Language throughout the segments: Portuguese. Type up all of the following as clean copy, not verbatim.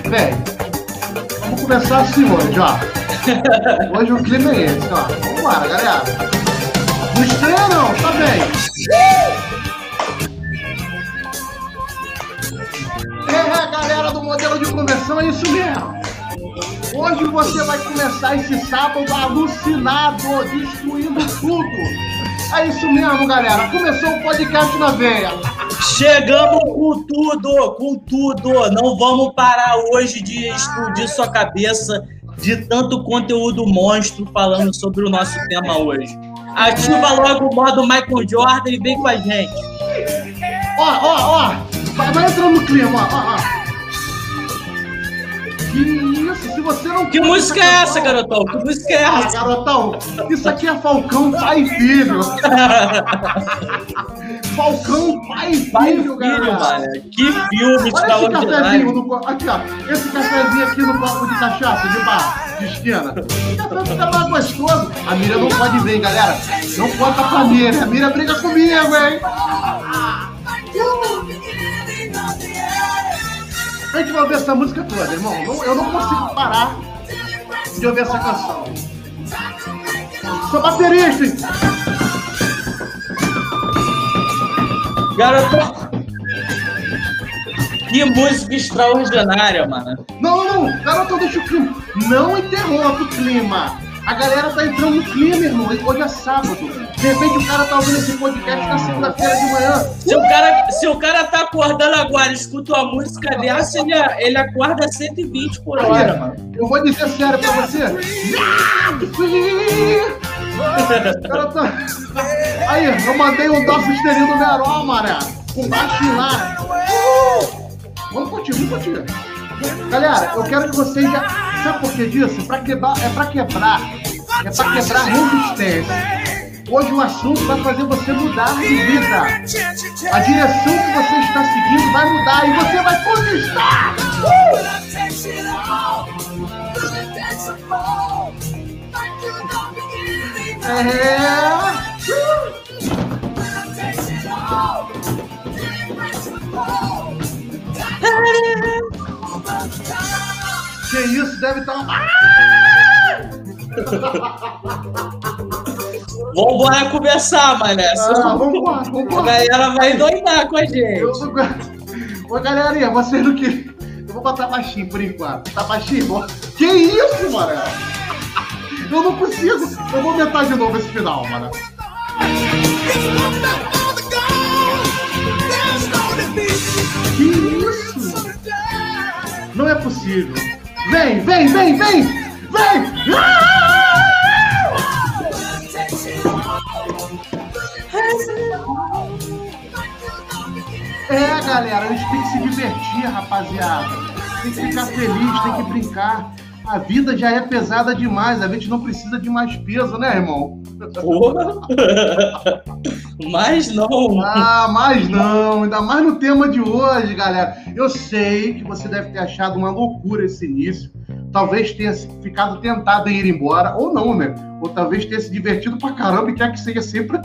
Bem, vamos começar assim hoje, ó. Hoje o clima é esse, ó. Vambora, galera. Não estreia não, tá bem. Galera do modelo de conversão, é isso mesmo. Hoje você vai começar esse sábado alucinado, destruindo tudo. É isso mesmo, galera. Começou o podcast na veia. Chegamos com tudo. Não vamos parar hoje de explodir sua cabeça de tanto conteúdo monstro falando sobre o nosso tema hoje. Ativa logo o modo Michael Jordan e vem com a gente. Ó. Vai entrando no clima, ó. Que isso, se você não... Que música é essa, garotão? Que música é essa? Garotão, isso aqui é Falcão, pai e filho. Falcão, pai e filho, galera. Mano. Que filme extraordinário. Aqui, ó. Esse cafezinho aqui no copo de cachaça, de bar, de esquina. O café fica mais gostoso. A Miriam não pode ver, galera. Não conta pra Miriam. A Miriam briga comigo, hein? A gente vai ouvir essa música toda, irmão. Eu não consigo parar de ouvir essa canção. Sou baterista, hein? Garoto, que música extraordinária, mano. Não, garoto, deixa o clima. Não interrompa o clima. A galera tá entrando no clima, irmão. Hoje é sábado. De repente o cara tá ouvindo esse podcast na segunda-feira de manhã. Se o cara tá acordando agora e escuta uma música dessa, ele acorda a 120 por hora, mano. Eu vou dizer sério pra você. Garota, aí, eu mandei um dó sustenido do Veró, mané. Com baixinho lá. Vamos curtir. Galera, eu quero que vocês já... Sabe por que disso? É pra quebrar resistência. Hoje o assunto vai fazer você mudar de vida. A direção que você está seguindo vai mudar e você vai conquistar. Que isso, deve estar... Vambora conversar, mané. Vambora. A galera vai doidar com a gente. Ô, galerinha, vocês não querem... Eu vou botar baixinho por enquanto. Tá baixinho? Que isso, mano? Eu não consigo. Eu vou aumentar de novo esse final, mano. Que isso? Não é possível. Vem! Galera, a gente tem que se divertir, rapaziada. Tem que ficar feliz, tem que brincar. A vida já é pesada demais, a gente não precisa de mais peso, né, irmão? Porra! Mas não! Mas não! Ainda mais no tema de hoje, galera. Eu sei que você deve ter achado uma loucura esse início. Talvez tenha ficado tentado em ir embora, ou não, né? Ou talvez tenha se divertido pra caramba e quer que seja sempre...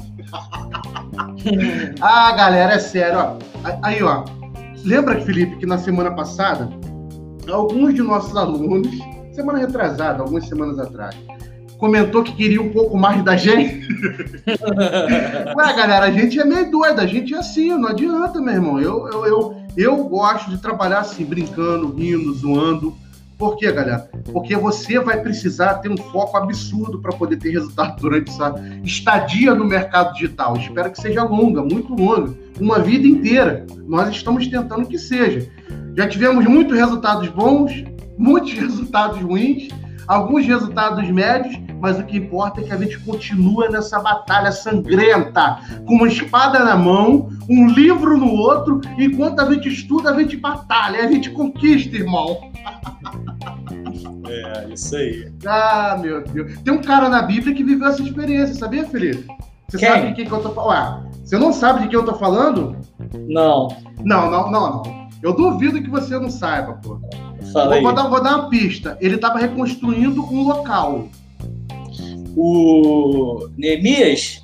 Galera, é sério, ó. Aí, ó. Lembra, Felipe, que na semana passada, alguns de nossos alunos, semana retrasada, algumas semanas atrás, comentou que queria um pouco mais da gente? Ué, galera, a gente é meio doida, a gente é assim, não adianta, meu irmão. Eu gosto de trabalhar assim, brincando, rindo, zoando. Por quê, galera? Porque você vai precisar ter um foco absurdo para poder ter resultado durante essa estadia no mercado digital. Espero que seja longa, muito longa, uma vida inteira. Nós estamos tentando que seja. Já tivemos muitos resultados bons, muitos resultados ruins, alguns resultados médios, mas o que importa é que a gente continua nessa batalha sangrenta, com uma espada na mão, um livro no outro, enquanto a gente estuda, a gente batalha, a gente conquista, irmão. É, isso aí. Meu Deus. Tem um cara na Bíblia que viveu essa experiência, sabia, Felipe? Você sabe de quem que eu tô falando? Você não sabe de quem eu tô falando? Não. Não. Eu duvido que você não saiba, pô. Vou dar uma pista. Ele estava reconstruindo um local. O Neemias?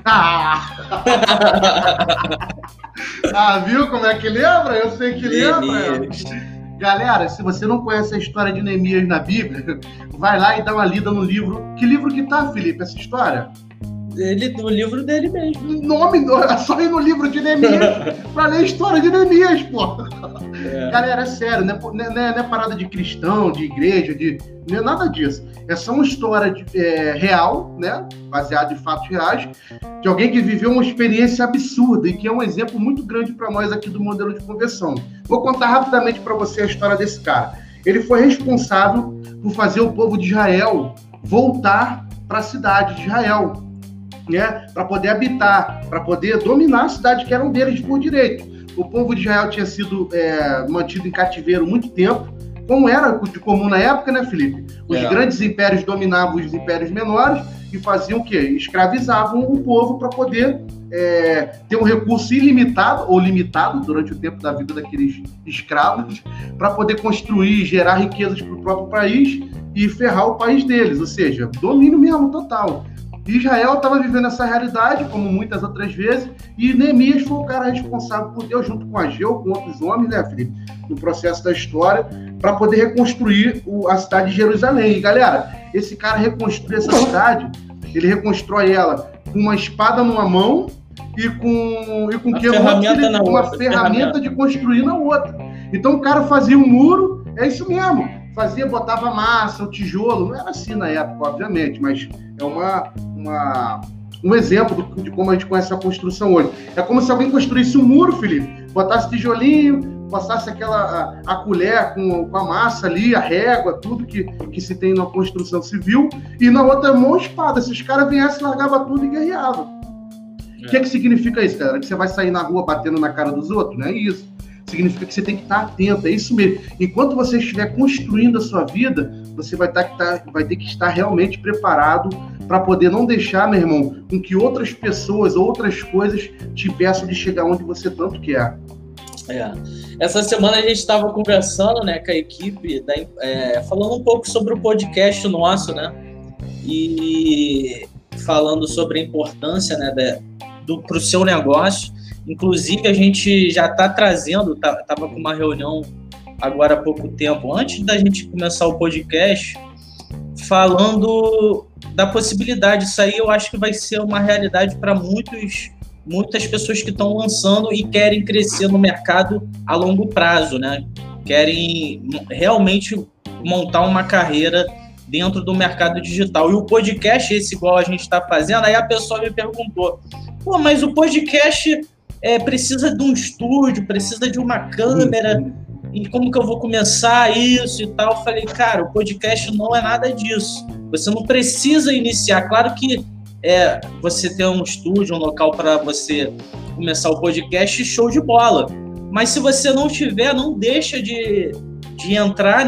Viu como é que lembra? Eu sei que lembra. Galera, se você não conhece a história de Neemias na Bíblia, vai lá e dá uma lida no livro. Que livro que tá, Felipe, essa história? No livro dele mesmo. É só ir no livro de Neemias pra ler a história de Neemias, pô. Galera, é sério, não é parada de cristão, de igreja, não é nada disso. É só uma história real, né? Baseada em fatos reais, de alguém que viveu uma experiência absurda e que é um exemplo muito grande para nós aqui do modelo de conversão. Vou contar rapidamente para você a história desse cara. Ele foi responsável por fazer o povo de Israel voltar para a cidade de Israel, né? Para poder habitar, para poder dominar a cidade que eram deles por direito. O povo de Israel tinha sido mantido em cativeiro muito tempo, como era de comum na época, né, Felipe? Os grandes impérios dominavam os impérios menores e faziam o quê? Escravizavam o povo para poder ter um recurso ilimitado ou limitado durante o tempo da vida daqueles escravos para poder construir e gerar riquezas para o próprio país e ferrar o país deles, ou seja, domínio mesmo total. Israel estava vivendo essa realidade, como muitas outras vezes, e Neemias foi o cara responsável por Deus, junto com Ageu, com outros homens, né, Felipe, no processo da história, para poder reconstruir a cidade de Jerusalém. E, galera, esse cara reconstrui essa cidade, ele reconstrói ela com uma espada numa mão e com uma ferramenta de construir na outra. Então, o cara fazia um muro, é isso mesmo. Botava massa, o tijolo, não era assim na época, obviamente, mas é um exemplo de como a gente conhece a construção hoje. É como se alguém construísse um muro, Felipe, botasse tijolinho, passasse a colher com a massa ali, a régua, tudo que se tem na construção civil, e na outra mão espada. Se os caras viessem, largava tudo e guerreava. O que significa isso, galera? Que você vai sair na rua batendo na cara dos outros? Não é isso. Significa que você tem que estar atento, é isso mesmo. Enquanto você estiver construindo a sua vida, você vai ter que estar realmente preparado para poder não deixar, meu irmão, com que outras pessoas, outras coisas te peçam de chegar onde você tanto quer. Essa semana a gente estava conversando, né, com a equipe, falando um pouco sobre o podcast nosso, né, e falando sobre a importância, né, para o seu negócio. Inclusive, a gente já está trazendo, estava com uma reunião agora há pouco tempo, antes da gente começar o podcast, falando da possibilidade. Isso aí eu acho que vai ser uma realidade para muitas pessoas que estão lançando e querem crescer no mercado a longo prazo, né? Querem realmente montar uma carreira dentro do mercado digital. E o podcast, esse igual a gente está fazendo, aí a pessoa me perguntou, mas o podcast precisa de um estúdio, precisa de uma câmera, e como que eu vou começar isso e tal? Eu falei, cara, o podcast não é nada disso. Você não precisa iniciar. Claro que você ter um estúdio, um local para você começar o podcast, show de bola. Mas se você não tiver, não deixa de entrar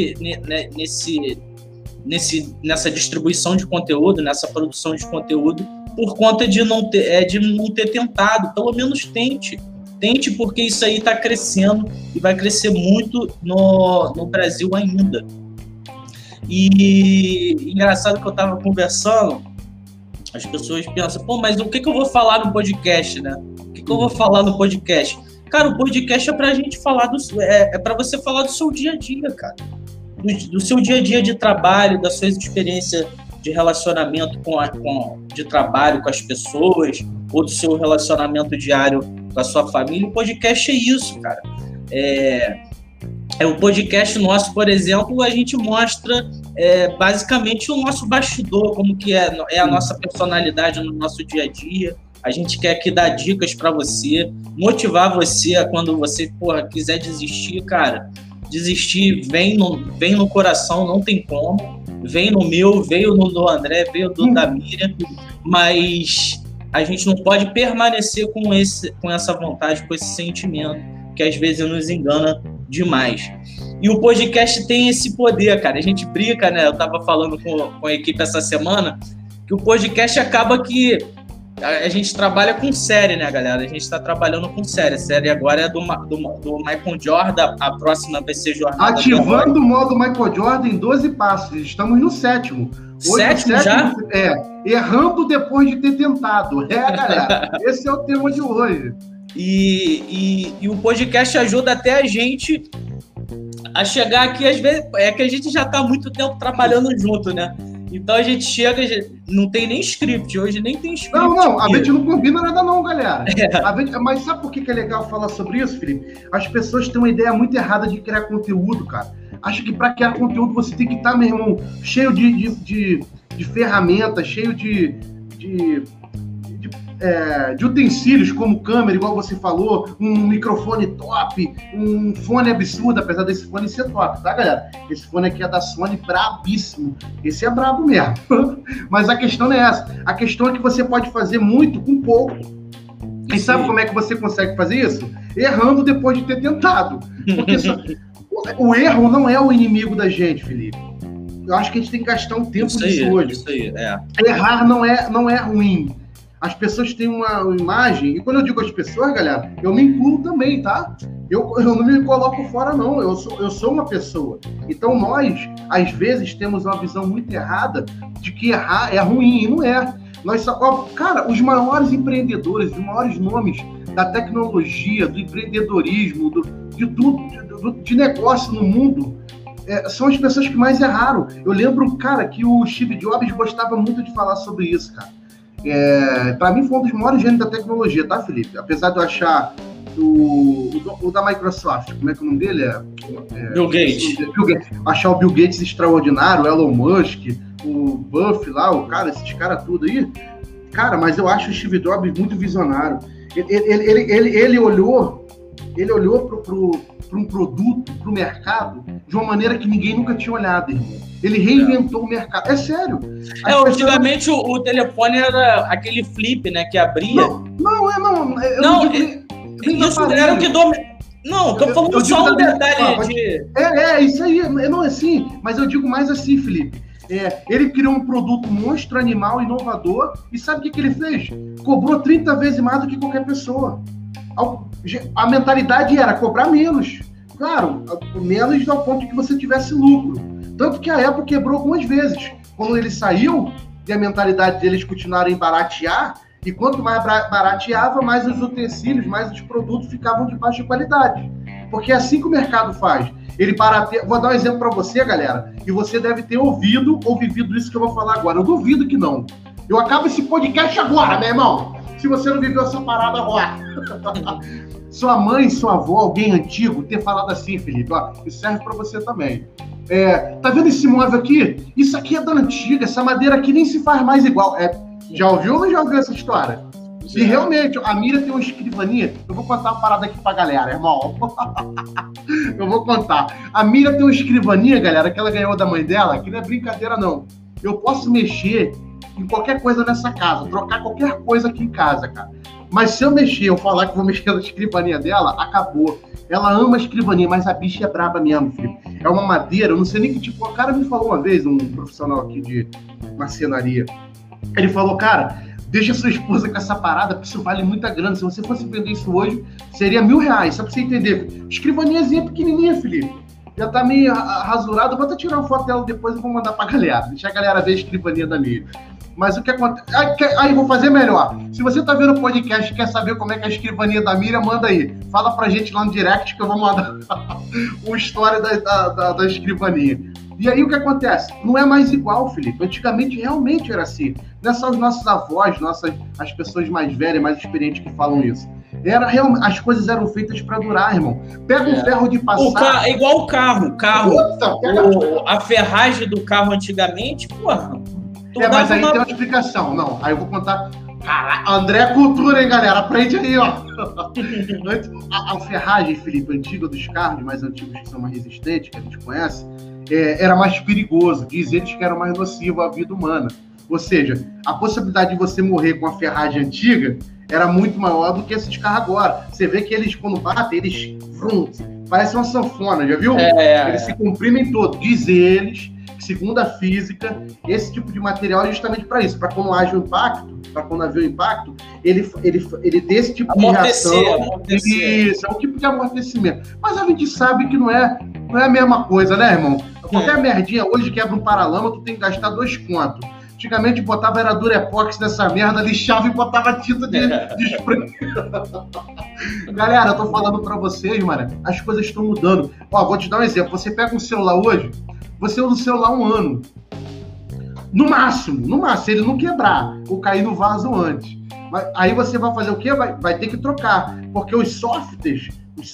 nessa distribuição de conteúdo, nessa produção de conteúdo, por conta de não ter tentado. Pelo menos tente, porque isso aí está crescendo e vai crescer muito no Brasil ainda. E engraçado que eu estava conversando, as pessoas pensam, mas o que eu vou falar no podcast, né? O que eu vou falar no podcast? Cara, o podcast é pra gente falar para você falar do seu dia a dia, cara. Do seu dia a dia de trabalho, da sua experiência de relacionamento de trabalho com as pessoas, ou do seu relacionamento diário com a sua família. O podcast é isso, cara. O podcast nosso, por exemplo, a gente mostra basicamente o nosso bastidor, como que é a nossa personalidade no nosso dia a dia. A gente quer aqui dar dicas para você, motivar você a quando você quiser desistir, cara. Desistir vem no coração, não tem como. Vem no meu, veio no do André, veio do da Miriam, mas a gente não pode permanecer com essa vontade, com esse sentimento, que às vezes nos engana demais. E o podcast tem esse poder, cara. A gente brinca, né? Eu tava falando com a equipe essa semana, que o podcast acaba que a gente trabalha com série, né, galera? A gente está trabalhando com série. A série agora é do Michael Jordan, a próxima vai ser Jornada. Ativando o modo Michael Jordan em 12 passos. Estamos no 7º. Sétimo já? Errando depois de ter tentado. Galera, esse é o tema de hoje. E o podcast ajuda até a gente a chegar aqui, às vezes, é que a gente já tá há muito tempo trabalhando junto, né? Então a gente chega, não tem nem script, hoje nem tem script. Não, a gente não combina nada não, galera. Mas sabe por que é legal falar sobre isso, Felipe? As pessoas têm uma ideia muito errada de criar conteúdo, cara. Acho que para criar conteúdo você tem que estar, meu irmão, cheio de ferramentas, cheio de utensílios como câmera, igual você falou, um microfone top, um fone absurdo, apesar desse fone ser top, tá, galera? Esse fone aqui é da Sony, brabíssimo. Esse é brabo mesmo. Mas a questão não é essa. A questão é que você pode fazer muito com pouco. E sabe como é que você consegue fazer isso? Errando depois de ter tentado. Porque o erro não é o inimigo da gente, Felipe. Eu acho que a gente tem que gastar um tempo nisso hoje. Isso aí, Errar não é ruim. As pessoas têm uma imagem, e quando eu digo as pessoas, galera, eu me incluo também, tá? Eu não me coloco fora, não. Eu sou uma pessoa. Então nós, às vezes, temos uma visão muito errada de que errar é ruim, e não é. Cara, os maiores empreendedores, os maiores nomes da tecnologia, do empreendedorismo, de tudo, de negócio no mundo, são as pessoas que mais erraram. Eu lembro, cara, que o Steve Jobs gostava muito de falar sobre isso, cara. Para mim foi um dos maiores gênios da tecnologia, tá, Felipe? Apesar de eu achar o da Microsoft, como é que o nome dele é? Bill Gates. Achar o Bill Gates extraordinário, o Elon Musk, o Buff lá, esses caras tudo aí. Cara, mas eu acho o Steve Jobs muito visionário. Ele olhou para um produto, para o mercado, de uma maneira que ninguém nunca tinha olhado, irmão. Ele reinventou o mercado. É sério. Antigamente o telefone era aquele flip, né? Que abria. Isso era o que Não, tô falando só um detalhe de... isso aí. Não é assim. Mas eu digo mais assim, Felipe. Ele criou um produto monstro, animal, inovador. E sabe o que ele fez? Cobrou 30 vezes mais do que qualquer pessoa. A mentalidade era cobrar menos. Claro, menos ao ponto de que você tivesse lucro. Tanto que a Apple quebrou algumas vezes. Quando ele saiu, e a mentalidade deles continuaram em baratear, e quanto mais barateava, mais os utensílios, mais os produtos ficavam de baixa qualidade. Porque é assim que o mercado faz. Ele barateia... Vou dar um exemplo para você, galera, e você deve ter ouvido ou vivido isso que eu vou falar agora. Eu duvido que não. Eu acabo esse podcast agora, meu irmão. Se você não viveu essa parada agora. Sua mãe, sua avó, alguém antigo, ter falado assim, Felipe, ó, isso serve para você também. Tá vendo esse móvel aqui? Isso aqui é da antiga, essa madeira aqui nem se faz mais igual. Já ouviu ou não já ouviu essa história? E realmente, a Mira tem uma escrivaninha. Eu vou contar uma parada aqui pra galera, irmão. Eu vou contar. A Mira tem uma escrivaninha, galera, que ela ganhou da mãe dela, que não é brincadeira, não. Eu posso mexer em qualquer coisa nessa casa, trocar qualquer coisa aqui em casa, cara. Mas se eu mexer, eu falar que vou mexer na escrivaninha dela, acabou. Ela ama a escrivaninha, mas a bicha é braba mesmo, filho. É uma madeira, eu não sei nem que tipo... O cara me falou uma vez, um profissional aqui de marcenaria. Ele falou, cara, deixa sua esposa com essa parada, porque isso vale muita grana. Se você fosse vender isso hoje, seria R$1.000. Só pra você entender. Escrivaninhazinha pequenininha, Felipe. Já tá meio rasurado. Vou até tirar uma foto dela depois e vou mandar pra galera. Deixar a galera ver a escrivaninha da minha. Mas o que acontece... Aí, vou fazer melhor. Se você tá vendo o podcast e quer saber como é que é a escrivaninha da Miriam, manda aí. Fala pra gente lá no direct que eu vou mandar uma história da escrivaninha. E aí o que acontece? Não é mais igual, Felipe. Antigamente realmente era assim. Não é só os nossos avós, as pessoas mais velhas, mais experientes que falam isso. As coisas eram feitas para durar, irmão. Pega um ferro de passar... É igual o carro. A ferragem do carro antigamente, porra... mas aí tem uma explicação. Não, aí eu vou contar... Caraca, André é cultura, hein, galera? Aprende aí, ó. A ferragem, Felipe, antiga dos carros, mais antigos que são mais resistentes, que a gente conhece, era mais perigoso. Diz eles que era mais nocivo à vida humana. Ou seja, a possibilidade de você morrer com a ferragem antiga era muito maior do que esses carros agora. Você vê que eles, quando batem, eles... Parece uma sanfona, já viu? Eles se comprimem todo. Diz eles... Segundo a física, esse tipo de material é justamente para isso, para quando haja um impacto, para quando haver um impacto, ele dê esse tipo de reação. Isso, é um tipo de amortecimento. Mas a gente sabe que não é a mesma coisa, né, irmão? Qualquer merdinha hoje quebra um paralama, tu tem que gastar 2 contos. Antigamente botava era Durepox nessa merda, lixava e botava tinta de spray. Galera, eu tô falando pra vocês, mano, as coisas estão mudando. Ó, vou te dar um exemplo. Você pega um celular hoje, você usa o celular 1 ano. No máximo, se ele não quebrar ou cair no vaso antes. Aí você vai fazer o quê? Vai ter que trocar. Porque os softwares,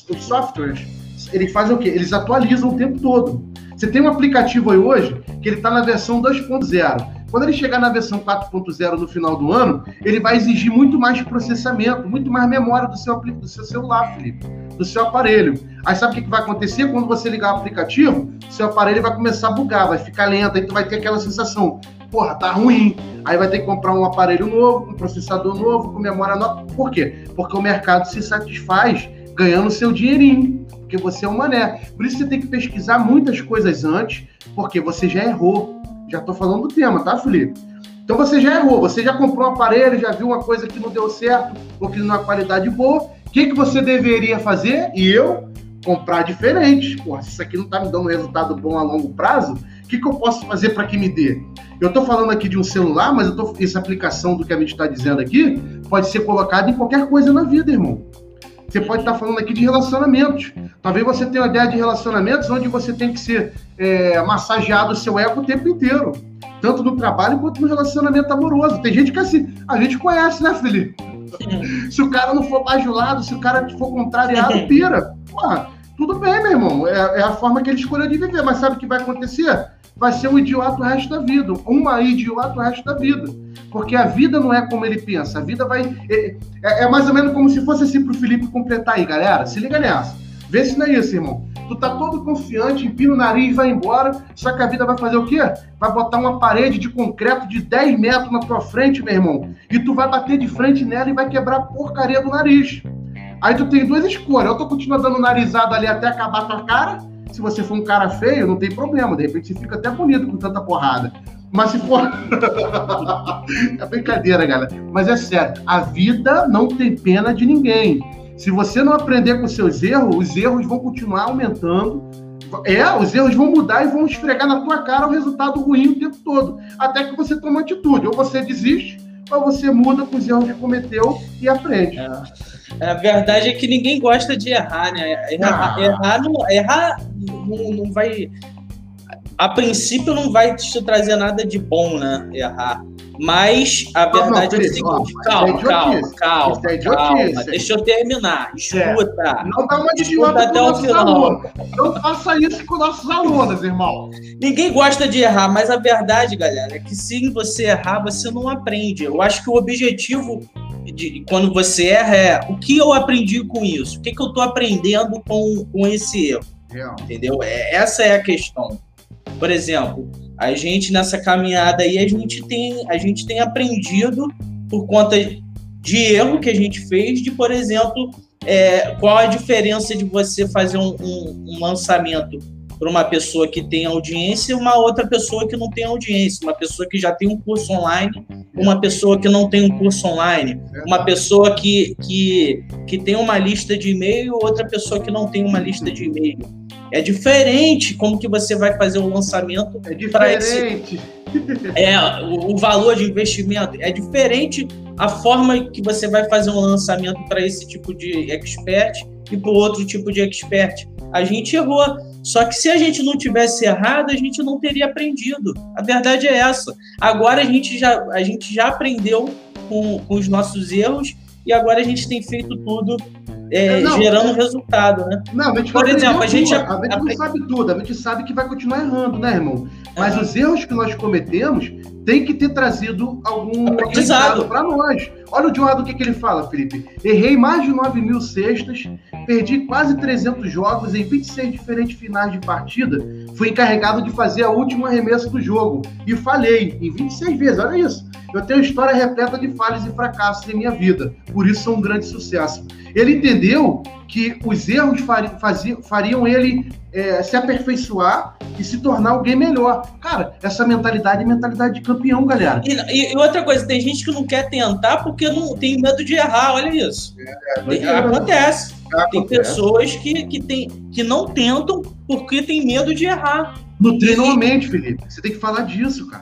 eles fazem o quê? Eles atualizam o tempo todo. Você tem um aplicativo aí hoje que ele está na versão 2.0. Quando ele chegar na versão 4.0 no final do ano, ele vai exigir muito mais processamento, muito mais memória do seu celular, Felipe, do seu aparelho. Aí sabe o que vai acontecer? Quando você ligar o aplicativo, seu aparelho vai começar a bugar, vai ficar lento, aí tu vai ter aquela sensação, porra, tá ruim. Aí vai ter que comprar um aparelho novo, um processador novo, com memória nova. Por quê? Porque o mercado se satisfaz ganhando seu dinheirinho, porque você é um mané. Por isso você tem que pesquisar muitas coisas antes, porque você já errou. Já tô falando do tema, tá, Felipe? Então você já errou, você já comprou um aparelho, já viu uma coisa que não deu certo, ou que não é uma qualidade boa. O que você deveria fazer? Comprar diferente. Porra, se isso aqui não tá me dando um resultado bom a longo prazo, o que eu posso fazer para que me dê? Eu tô falando aqui de um celular, mas essa aplicação do que a gente está dizendo aqui pode ser colocada em qualquer coisa na vida, irmão. Você pode estar falando aqui de relacionamentos. Talvez você tenha uma ideia de relacionamentos onde você tem que ser massageado o seu ego o tempo inteiro. Tanto no trabalho quanto no relacionamento amoroso. Tem gente que assim, a gente conhece, né, Felipe? Se o cara não for bajulado, se o cara for contrariado, pira. Porra, tudo bem, meu irmão. É a forma que ele escolheu de viver. Mas sabe o que vai acontecer? Vai ser um idiota o resto da vida. Uma idiota o resto da vida. Porque a vida não é como ele pensa. A vida vai... É mais ou menos como se fosse assim pro Felipe completar aí, galera. Se liga nessa. Vê se não é isso, irmão. Tu tá todo confiante, empina o nariz, vai embora. Só que a vida vai fazer o quê? Vai botar uma parede de concreto de 10 metros na tua frente, meu irmão. E tu vai bater de frente nela e vai quebrar a porcaria do nariz. Aí tu tem duas escolhas. Ou tu continua dando narizada ali até acabar a tua cara. Se você for um cara feio, não tem problema. De repente você fica até bonito com tanta porrada. Mas se for... É brincadeira, galera. Mas é sério. A vida não tem pena de ninguém. Se você não aprender com seus erros, os erros vão continuar aumentando. Os erros vão mudar e vão esfregar na tua cara o resultado ruim o tempo todo. Até que você toma uma atitude. Ou você desiste, ou você muda com os erros que cometeu e aprende. A verdade é que ninguém gosta de errar, né? Errar não vai... A princípio não vai te trazer nada de bom, né? Errar. Mas a verdade é o seguinte, calma. Deixa eu terminar. Escuta. Não dá uma idiota até o final. Não faça isso com nossos alunos, irmão. Ninguém gosta de errar, mas a verdade, galera, é que se você errar, você não aprende. Eu acho que o objetivo quando você erra é o que eu aprendi com isso? O que eu tô aprendendo com esse erro? Entendeu? Essa é a questão. Por exemplo, a gente nessa caminhada aí, a gente tem aprendido por conta de erro que a gente fez, de, por exemplo, qual a diferença de você fazer um lançamento para uma pessoa que tem audiência e uma outra pessoa que não tem audiência, uma pessoa que já tem um curso online, uma pessoa que não tem um curso online, uma pessoa que tem uma lista de e-mail, outra pessoa que não tem uma lista de e-mail. É diferente como que você vai fazer o lançamento. É diferente. O valor de investimento. É diferente a forma que você vai fazer um lançamento para esse tipo de expert e para o outro tipo de expert. A gente errou. Só que se a gente não tivesse errado, a gente não teria aprendido. A verdade é essa. Agora a gente já aprendeu com os nossos erros e agora a gente tem feito tudo gerando resultado, né? Não, por exemplo, a gente não sabe tudo, a gente sabe que vai continuar errando, né, irmão? Mas os erros que nós cometemos tem que ter trazido algum aprendizado para nós. Olha o Diogo, o que ele fala, Felipe. Errei mais de 9.000 cestas, perdi quase 300 jogos em 26 diferentes finais de partida, fui encarregado de fazer a última arremesso do jogo e falhei em 26 vezes, olha isso. Eu tenho história repleta de falhas e fracassos em minha vida, por isso sou um grande sucesso. Ele entendeu que os erros fariam ele se aperfeiçoar e se tornar alguém melhor. Cara, essa mentalidade é mentalidade de campeão, galera. E outra coisa, tem gente que não quer tentar porque não tem medo de errar, olha isso. Acontece. Tem pessoas que não tentam porque tem medo de errar. Nutrindo a mente, Felipe. Você tem que falar disso, cara.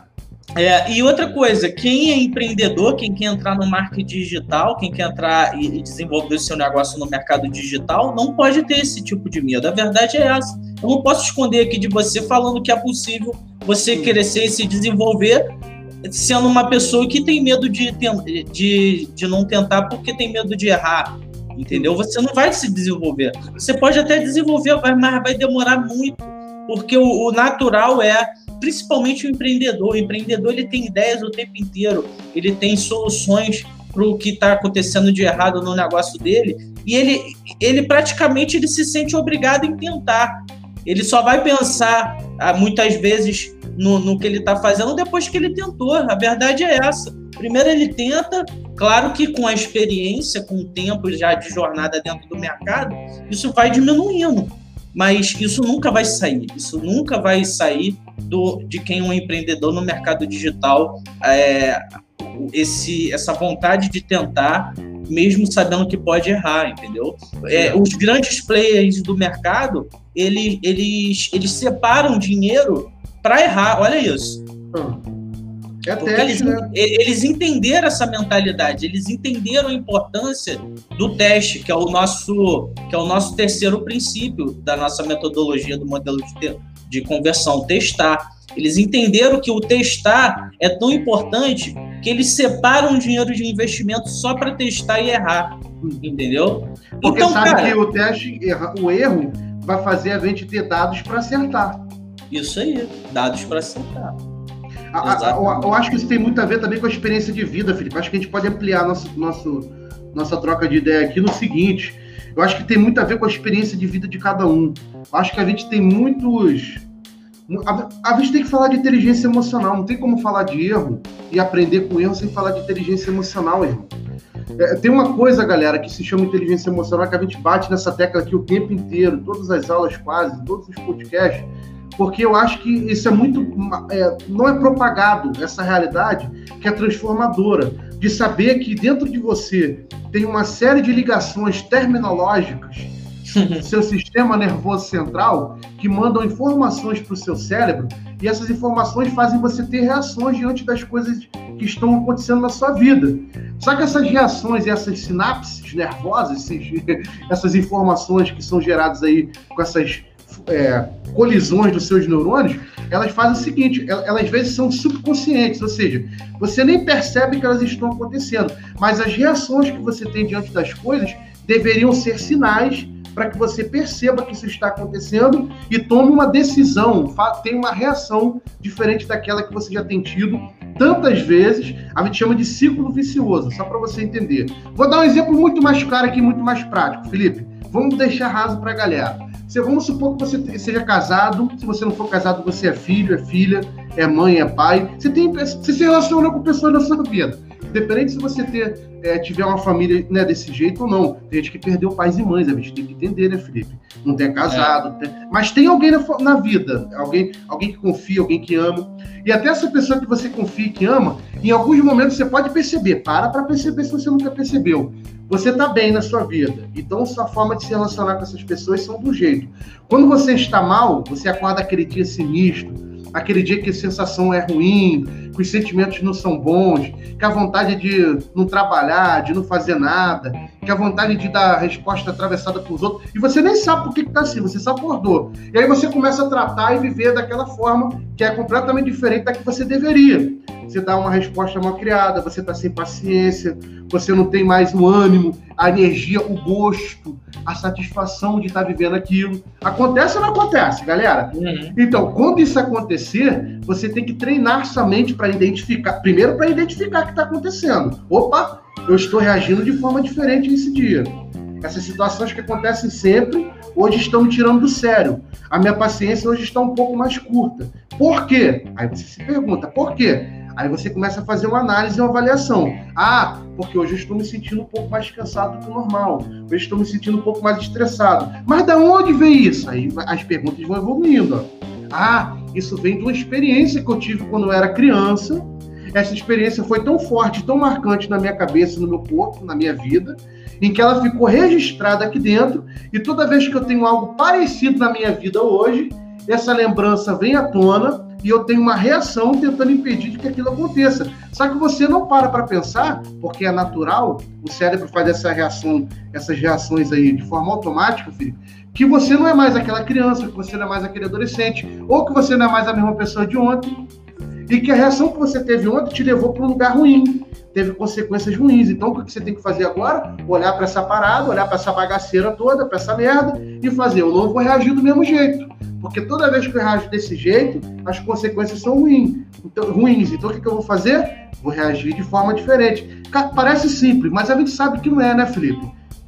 E outra coisa, quem é empreendedor, quem quer entrar no marketing digital, quem quer entrar e desenvolver o seu negócio no mercado digital, não pode ter esse tipo de medo. A verdade é essa. Eu não posso esconder aqui de você falando que é possível você crescer e se desenvolver sendo uma pessoa que tem medo de não tentar porque tem medo de errar, entendeu? Você não vai se desenvolver. Você pode até desenvolver, mas vai demorar muito, porque o natural principalmente o empreendedor. O empreendedor, ele tem ideias o tempo inteiro, ele tem soluções para o que está acontecendo de errado no negócio dele, e ele praticamente ele se sente obrigado em tentar. Ele só vai pensar, muitas vezes, no que ele está fazendo depois que ele tentou. A verdade é essa. Primeiro ele tenta, claro que com a experiência, com o tempo já de jornada dentro do mercado, isso vai diminuindo. Mas isso nunca vai sair. Isso nunca vai sair de quem é um empreendedor no mercado digital. Essa vontade de tentar, mesmo sabendo que pode errar, entendeu? Os grandes players do mercado, eles separam dinheiro para errar. Olha isso. Teste, né? Eles entenderam essa mentalidade, eles entenderam a importância do teste, que é o nosso terceiro princípio da nossa metodologia do modelo de conversão, testar. Eles entenderam que o testar é tão importante que eles separam o dinheiro de investimento só para testar e errar, entendeu? Porque então, sabe que o teste, o erro vai fazer a gente ter dados para acertar. Isso aí, dados para acertar. Eu acho que isso tem muito a ver também com a experiência de vida, Felipe. Acho que a gente pode ampliar nossa troca de ideia aqui no seguinte. Eu acho que tem muito a ver com a experiência de vida de cada um. Eu acho que a gente tem muitos... A gente tem que falar de inteligência emocional. Não tem como falar de erro e aprender com erro sem falar de inteligência emocional, irmão. Tem uma coisa, galera, que se chama inteligência emocional, que a gente bate nessa tecla aqui o tempo inteiro, todas as aulas quase, todos os podcasts, porque eu acho que isso é muito... não é propagado, essa realidade que é transformadora, de saber que dentro de você tem uma série de ligações terminológicas, seu sistema nervoso central, que mandam informações para o seu cérebro, e essas informações fazem você ter reações diante das coisas que estão acontecendo na sua vida. Só que essas reações e essas sinapses nervosas, essas informações que são geradas aí com essas colisões dos seus neurônios, elas fazem o seguinte, elas às vezes são subconscientes, ou seja, você nem percebe que elas estão acontecendo, mas as reações que você tem diante das coisas deveriam ser sinais para que você perceba que isso está acontecendo e tome uma decisão, tenha uma reação diferente daquela que você já tem tido tantas vezes. A gente chama de ciclo vicioso, só para você entender. Vou dar um exemplo muito mais claro aqui, muito mais prático, Felipe. Vamos deixar raso para a galera. Vamos supor que você seja casado. Se você não for casado, você é filho, é filha, é mãe, é pai. Você se relaciona com pessoas na sua vida. Independente se você tiver uma família, né, desse jeito ou não. Tem gente que perdeu pais e mães, a gente tem que entender, né, Felipe? Não tem casado. Mas tem alguém na vida, alguém que confia, alguém que ama. E até essa pessoa que você confia e que ama, em alguns momentos você pode perceber. Para perceber se você nunca percebeu. Você está bem na sua vida, então sua forma de se relacionar com essas pessoas são do jeito. Quando você está mal, você acorda aquele dia sinistro, aquele dia que a sensação é ruim, que os sentimentos não são bons, que a vontade de não trabalhar, de não fazer nada, que a vontade de dar resposta atravessada para os outros, e você nem sabe por que está assim, você só acordou. E aí você começa a tratar e viver daquela forma que é completamente diferente da que você deveria. Você dá uma resposta mal criada, você está sem paciência, você não tem mais o ânimo, a energia, o gosto, a satisfação de estar vivendo aquilo. Acontece ou não acontece, galera? Então, quando isso acontecer, você tem que treinar sua mente para identificar, primeiro para identificar o que está acontecendo. Opa, eu estou reagindo de forma diferente nesse dia. Essas situações que acontecem sempre, hoje estão me tirando do sério. A minha paciência hoje está um pouco mais curta. Por quê? Aí você se pergunta, por quê? Aí você começa a fazer uma análise e uma avaliação. Porque hoje eu estou me sentindo um pouco mais cansado do que o normal. Hoje eu estou me sentindo um pouco mais estressado. Mas da onde vem isso? Aí as perguntas vão evoluindo. Isso vem de uma experiência que eu tive quando eu era criança. Essa experiência foi tão forte, tão marcante na minha cabeça, no meu corpo, na minha vida, em que ela ficou registrada aqui dentro. E toda vez que eu tenho algo parecido na minha vida hoje, essa lembrança vem à tona e eu tenho uma reação tentando impedir de que aquilo aconteça. Só que você não para pensar, porque é natural, o cérebro faz essas reações aí de forma automática, Felipe, que você não é mais aquela criança, que você não é mais aquele adolescente, ou que você não é mais a mesma pessoa de ontem, e que a reação que você teve ontem te levou para um lugar ruim, teve consequências ruins. Então, o que você tem que fazer agora? Olhar para essa parada, olhar para essa bagaceira toda, para essa merda, e fazer, eu não vou reagir do mesmo jeito. Porque toda vez que eu reajo desse jeito, as consequências são ruins. Então, o que eu vou fazer? Vou reagir de forma diferente. Parece simples, mas a gente sabe que não é, né, Felipe?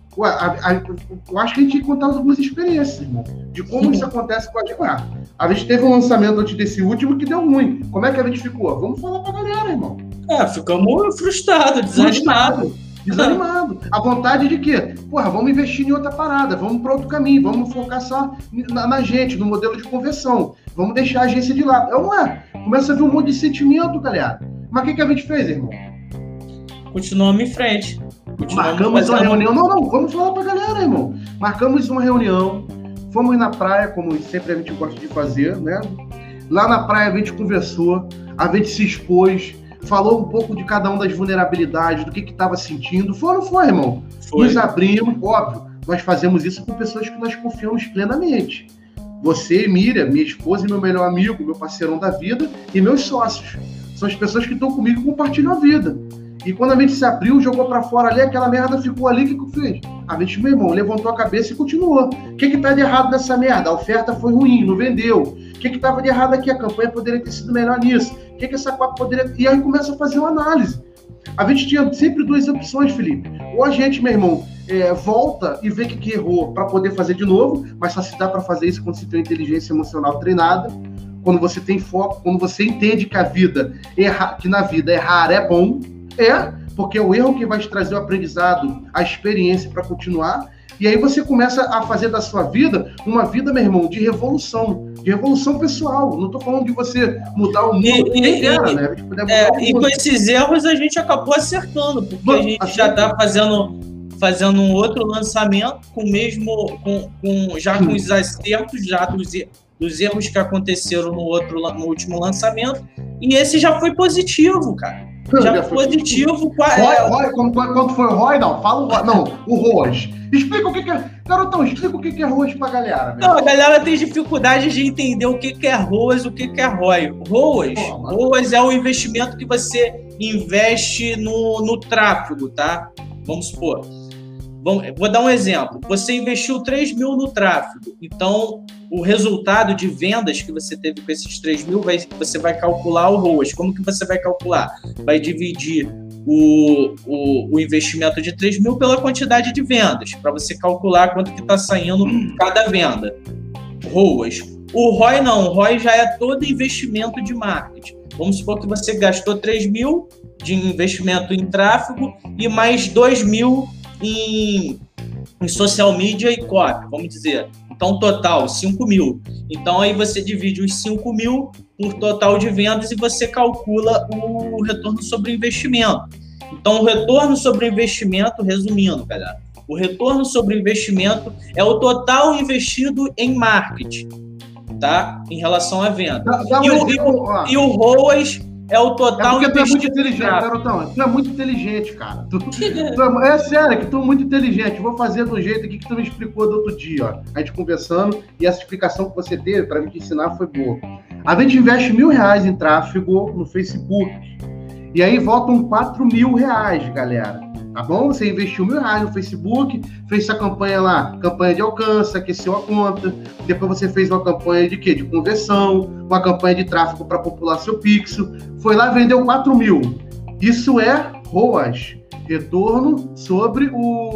Eu acho que a gente tinha que contar algumas experiências, irmão, de como isso acontece com a gente. A gente teve um lançamento antes desse último que deu ruim. Como é que a gente ficou? Vamos falar pra galera, irmão. Ficamos frustrados, Desanimado. A vontade de quê? Vamos investir em outra parada, vamos para outro caminho, vamos focar só na gente, no modelo de conversão. Vamos deixar a agência de lado. Não é? Começa a vir um monte de sentimento, galera. Mas o que a gente fez, irmão? Continuamos em frente. Marcamos uma reunião. Não, vamos falar pra galera, irmão. Marcamos uma reunião, fomos na praia, como sempre a gente gosta de fazer, né? Lá na praia a gente conversou, a gente se expôs, falou um pouco de cada uma das vulnerabilidades, do que estava sentindo. Foi ou não foi, irmão? Foi. Nos abrimos, óbvio. Nós fazemos isso com pessoas que nós confiamos plenamente. Você, Miriam, minha esposa e meu melhor amigo, meu parceirão da vida, e meus sócios. São as pessoas que estão comigo e compartilham a vida. E quando a gente se abriu, jogou pra fora ali, aquela merda ficou ali, o que eu fiz? A gente, meu irmão, levantou a cabeça e continuou. O que tá de errado nessa merda? A oferta foi ruim, não vendeu. O que tava de errado aqui? A campanha poderia ter sido melhor nisso. O que essa copa poderia... E aí começa a fazer uma análise. A gente tinha sempre duas opções, Felipe. Ou a gente, meu irmão, volta e vê que errou para poder fazer de novo, mas só se dá para fazer isso quando você tem inteligência emocional treinada, quando você tem foco, quando você entende que na vida errar é bom, porque é o erro que vai te trazer o aprendizado, a experiência para continuar, e aí você começa a fazer da sua vida uma vida, meu irmão, de revolução pessoal. Não estou falando de você mudar o mundo, né? E com esses erros a gente acabou acertando, porque a gente já está fazendo um outro lançamento com os acertos já dos erros que aconteceram no último lançamento, e esse já foi positivo, cara. Já foi positivo. Quando foi o ROI? Não, fala o ROI. Não, o ROAS. Explica o que é. Garotão, explica o que é ROAS pra galera. Não, a galera tem dificuldade de entender o que é ROAS, o que é ROI. ROAS é o investimento que você investe no tráfego, tá? Vamos supor. Vou dar um exemplo. Você investiu 3 mil no tráfego. Então, o resultado de vendas que você teve com esses 3 mil, você vai calcular o ROAS. Como que você vai calcular? Vai dividir o investimento de 3 mil pela quantidade de vendas, para você calcular quanto que está saindo cada venda. ROAS. O ROI não. O ROI já é todo investimento de marketing. Vamos supor que você gastou 3 mil de investimento em tráfego e mais 2 mil em social media e copy, vamos dizer. Então, total, 5 mil. Então, aí você divide os 5 mil por total de vendas e você calcula o retorno sobre o investimento. Então, o retorno sobre o investimento, resumindo, galera, o retorno sobre o investimento é o total investido em marketing, tá? Em relação à venda. E o ROAS é o total... É porque tu é muito inteligente, garotão. Tu é muito inteligente, cara. É sério, que tu é muito inteligente. Vou fazer do jeito aqui que tu me explicou do outro dia, ó. A gente conversando, e essa explicação que você teve para me ensinar foi boa. A gente investe R$1.000 em tráfego no Facebook. E aí voltam R$4.000, galera. Tá bom? Você investiu R$1.000 no Facebook, fez essa campanha lá, campanha de alcance, aqueceu a conta. Depois você fez uma campanha de quê? De conversão, uma campanha de tráfego para popular seu pixel. Foi lá e vendeu 4 mil. Isso é ROAS. Retorno sobre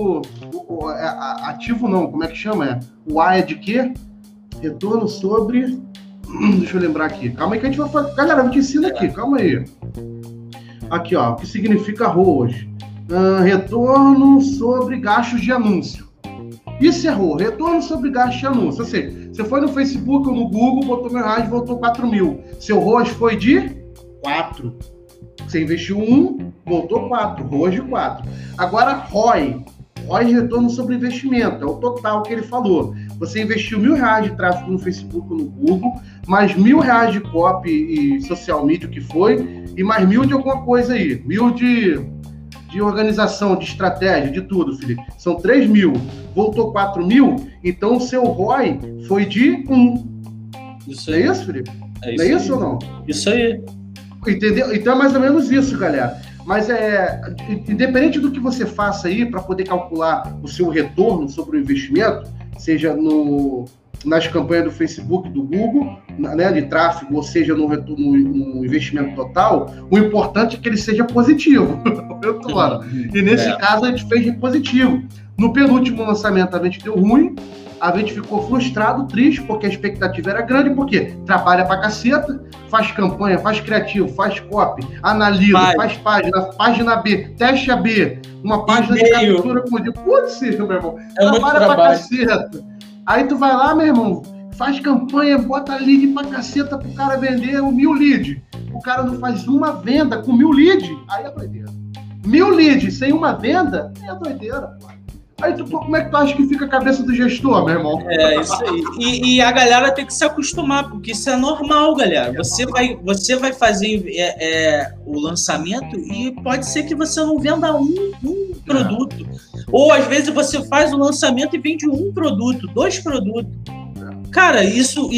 ativo não, como é que chama? O A é de quê? Retorno sobre... Deixa eu lembrar aqui. Calma aí que a gente vai fazer. Galera, eu te ensino aqui, calma aí. Aqui, ó, o que significa ROAS? Retorno sobre gastos de anúncio. Isso é ROAS, retorno sobre gastos de anúncio. Ou seja, você foi no Facebook ou no Google, botou R$1.000 e voltou 4 mil. Seu ROAS foi de 4. Você investiu 1, voltou 4. ROAS de 4. Agora, ROI. ROI e retorno sobre investimento, é o total que ele falou. Você investiu R$1.000 de tráfego no Facebook ou no Google, mais R$1.000 de copy e social media, que foi, e mais 1.000 de alguma coisa aí. 1.000 de organização, de estratégia, de tudo, Felipe. São 3.000. Voltou 4.000, então o seu ROI foi de 1. Isso aí. É isso, Felipe? É isso, não é isso aí. Ou não? Isso aí. Entendeu? Então é mais ou menos isso, galera. Mas independente do que você faça aí para poder calcular o seu retorno sobre o investimento, seja nas campanhas do Facebook, do Google, né, de tráfego, ou seja, no investimento total, o importante é que ele seja positivo. E nesse caso a gente fez de positivo. No penúltimo lançamento a gente deu ruim, a gente ficou frustrado, triste, porque a expectativa era grande, porque trabalha pra caceta, faz campanha, faz criativo, faz copy, analisa, faz página B, teste AB, uma página de captura com o putz, meu irmão, trabalha pra caceta. Aí tu vai lá, meu irmão, faz campanha, bota lead pra caceta pro cara vender 1.000 lead. O cara não faz uma venda com 1.000 lead, aí é doideira. 1.000 leads sem uma venda, é doideira, pô. Aí como é que tu acha que fica a cabeça do gestor, meu irmão? É, isso aí. E a galera tem que se acostumar, porque isso é normal, galera. Você vai fazer o lançamento e pode ser que você não venda um produto. Ou, às vezes, você faz o lançamento e vende um produto, 2 produtos. Cara, isso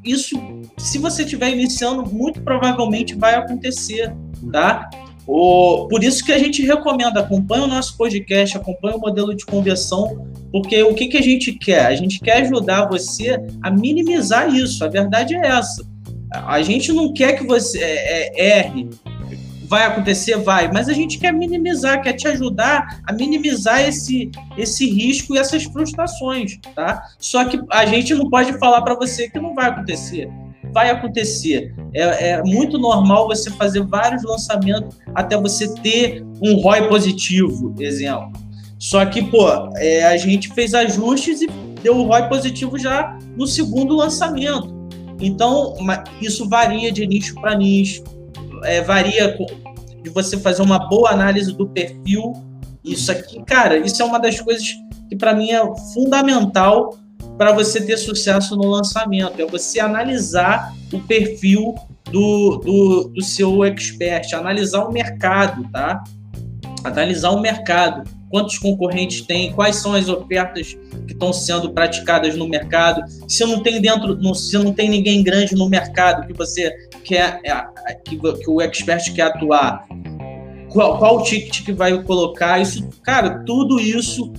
se você estiver iniciando, muito provavelmente vai acontecer, tá? Por isso que a gente recomenda, acompanhe o nosso podcast, acompanhe o modelo de conversão, porque o que a gente quer? A gente quer ajudar você a minimizar isso, a verdade é essa. A gente não quer que você erre, vai acontecer, vai, mas a gente quer minimizar, quer te ajudar a minimizar esse risco e essas frustrações, tá? Só que a gente não pode falar para você que não vai acontecer. Vai acontecer. É muito normal você fazer vários lançamentos até você ter um ROI positivo, exemplo. Só que, a gente fez ajustes e deu o ROI positivo já no segundo lançamento. Então, isso varia de nicho para nicho, varia de você fazer uma boa análise do perfil. Isso aqui, cara, isso é uma das coisas que para mim é fundamental para você ter sucesso no lançamento, é você analisar o perfil do seu expert, analisar o mercado, tá? Analisar o mercado, quantos concorrentes tem, quais são as ofertas que estão sendo praticadas no mercado, se não tem ninguém grande no mercado que você quer, que o expert quer atuar, qual o ticket que vai colocar, isso, cara, tudo isso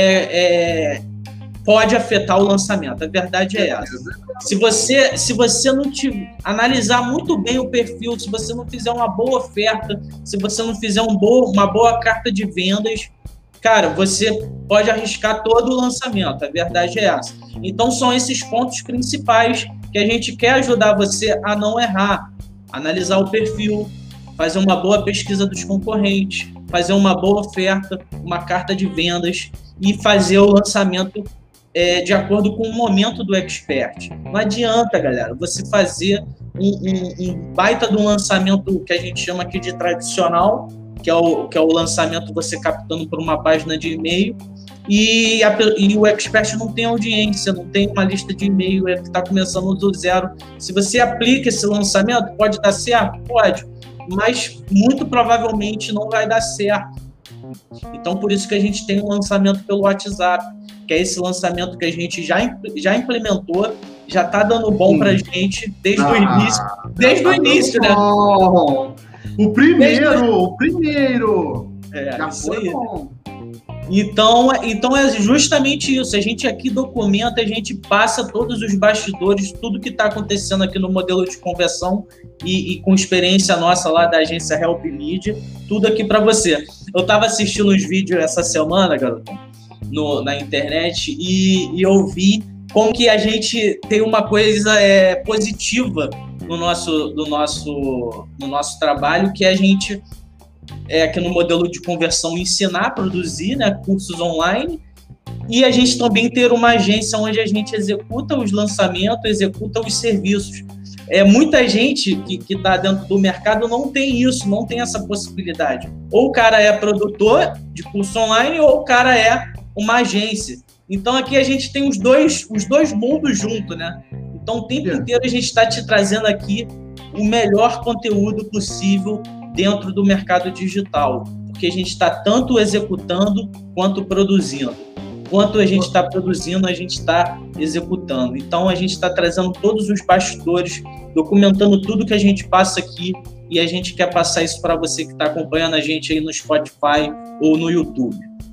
pode afetar o lançamento. A verdade é essa. Se você não analisar muito bem o perfil, se você não fizer uma boa oferta, se você não fizer uma boa carta de vendas, cara, você pode arriscar todo o lançamento. A verdade é essa. Então, são esses pontos principais que a gente quer ajudar você a não errar. Analisar o perfil, fazer uma boa pesquisa dos concorrentes, fazer uma boa oferta, uma carta de vendas e fazer o lançamento de acordo com o momento do expert. Não adianta, galera, você fazer um baita de um lançamento que a gente chama aqui de tradicional, que é o lançamento você captando por uma página de e-mail, e o expert não tem audiência, não tem uma lista de e-mail, que está começando do zero. Se você aplica esse lançamento, pode dar certo? Pode, mas muito provavelmente não vai dar certo. Então, por isso que a gente tem um lançamento pelo WhatsApp, que é esse lançamento que a gente já implementou, já está dando bom para a gente desde o início. Desde o início, né? O primeiro! Já isso foi aí. Bom. Então é justamente isso. A gente aqui documenta, a gente passa todos os bastidores, tudo que está acontecendo aqui no modelo de conversão e com experiência nossa lá da agência Help Media, tudo aqui para você. Eu estava assistindo uns vídeos essa semana, garotão, na internet, e eu vi como que a gente tem uma coisa positiva no nosso trabalho, que a gente aqui no modelo de conversão ensinar a produzir, né, cursos online, e a gente também ter uma agência onde a gente executa os lançamentos, executa os serviços. Muita gente que está dentro do mercado não tem isso, não tem essa possibilidade. Ou o cara é produtor de curso online, ou o cara é uma agência. Então aqui a gente tem os dois mundos juntos, né? Então o tempo inteiro a gente está te trazendo aqui o melhor conteúdo possível dentro do mercado digital, porque a gente está tanto executando quanto produzindo. Quanto a gente está produzindo, a gente está executando. Então a gente está trazendo todos os bastidores, documentando tudo que a gente passa aqui, e a gente quer passar isso para você que está acompanhando a gente aí no Spotify ou no YouTube.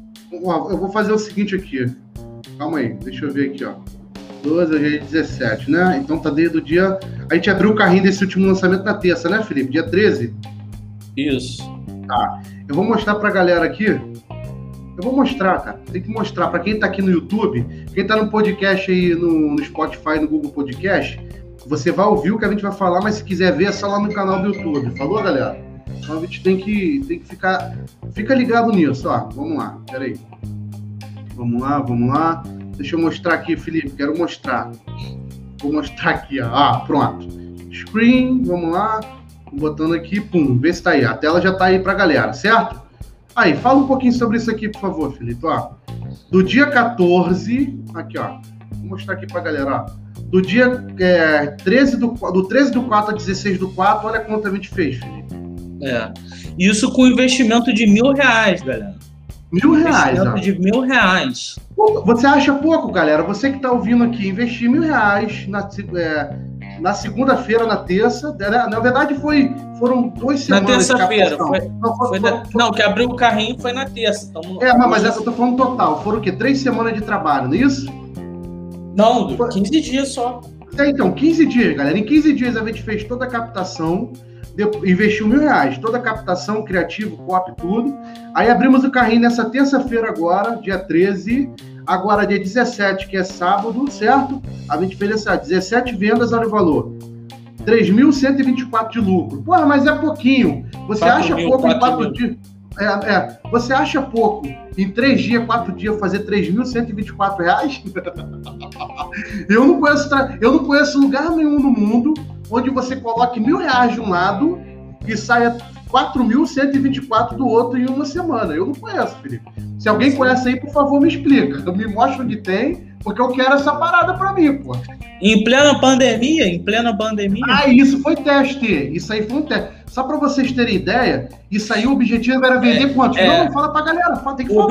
Eu vou fazer o seguinte aqui. Calma aí, deixa eu ver aqui, ó. 12, hoje é 17, né? Então tá desde o dia... A gente abriu o carrinho desse último lançamento na terça, né, Felipe? Dia 13? Isso. Tá. Eu vou mostrar pra galera aqui. Eu vou mostrar, cara. Tem que mostrar pra quem tá aqui no YouTube, quem tá no podcast aí, no Spotify, no Google Podcast, você vai ouvir o que a gente vai falar, mas se quiser ver, é só lá no canal do YouTube. Falou, galera? Então a gente tem que ficar... Fica ligado nisso, ó. Vamos lá, peraí. Vamos lá. Deixa eu mostrar aqui, Felipe. Quero mostrar. Vou mostrar aqui, ó. Ah, pronto. Screen, vamos lá. Botando aqui, pum. Vê se tá aí. A tela já tá aí pra galera, certo? Aí, fala um pouquinho sobre isso aqui, por favor, Felipe. Ó, do dia 14... Aqui, ó. Vou mostrar aqui pra galera, ó. Do dia 13 do 4 a 16 do 4, olha quanto a gente fez, Felipe. Isso com investimento de R$1.000, galera. R$1.000, de R$1.000. Você acha pouco, galera? Você que está ouvindo aqui, investir R$1.000 na segunda-feira, na terça. Na verdade, foram 2 semanas. Na terça-feira. Não, que abriu o carrinho foi na terça. Mas essa eu tô falando total. Foram o quê? 3 semanas de trabalho, não é isso? Não, 15 dias só. Então, 15 dias, galera. Em 15 dias a gente fez toda a captação. Investiu R$1.000, toda a captação, criativo, copy, tudo. Aí abrimos o carrinho nessa terça-feira agora, dia 13, agora dia 17, que é sábado, certo? A gente fez essa 17 vendas, olha o valor. 3.124 de lucro. Porra, mas é pouquinho. Você acha pouco em 4 dias? Você acha pouco em 3 dias, 4 dias fazer R$3.124? Eu não conheço lugar nenhum no mundo onde você coloque R$1.000 de um lado e saia 4.124 do outro em uma semana. Eu não conheço, Felipe. Se alguém conhece aí, por favor, me explica. Me mostra onde tem, porque eu quero essa parada pra mim, pô. Em plena pandemia? Isso foi teste. Isso aí foi um teste. Só pra vocês terem ideia, isso aí o objetivo era vender quantos? Não, fala pra galera. Tem que falar.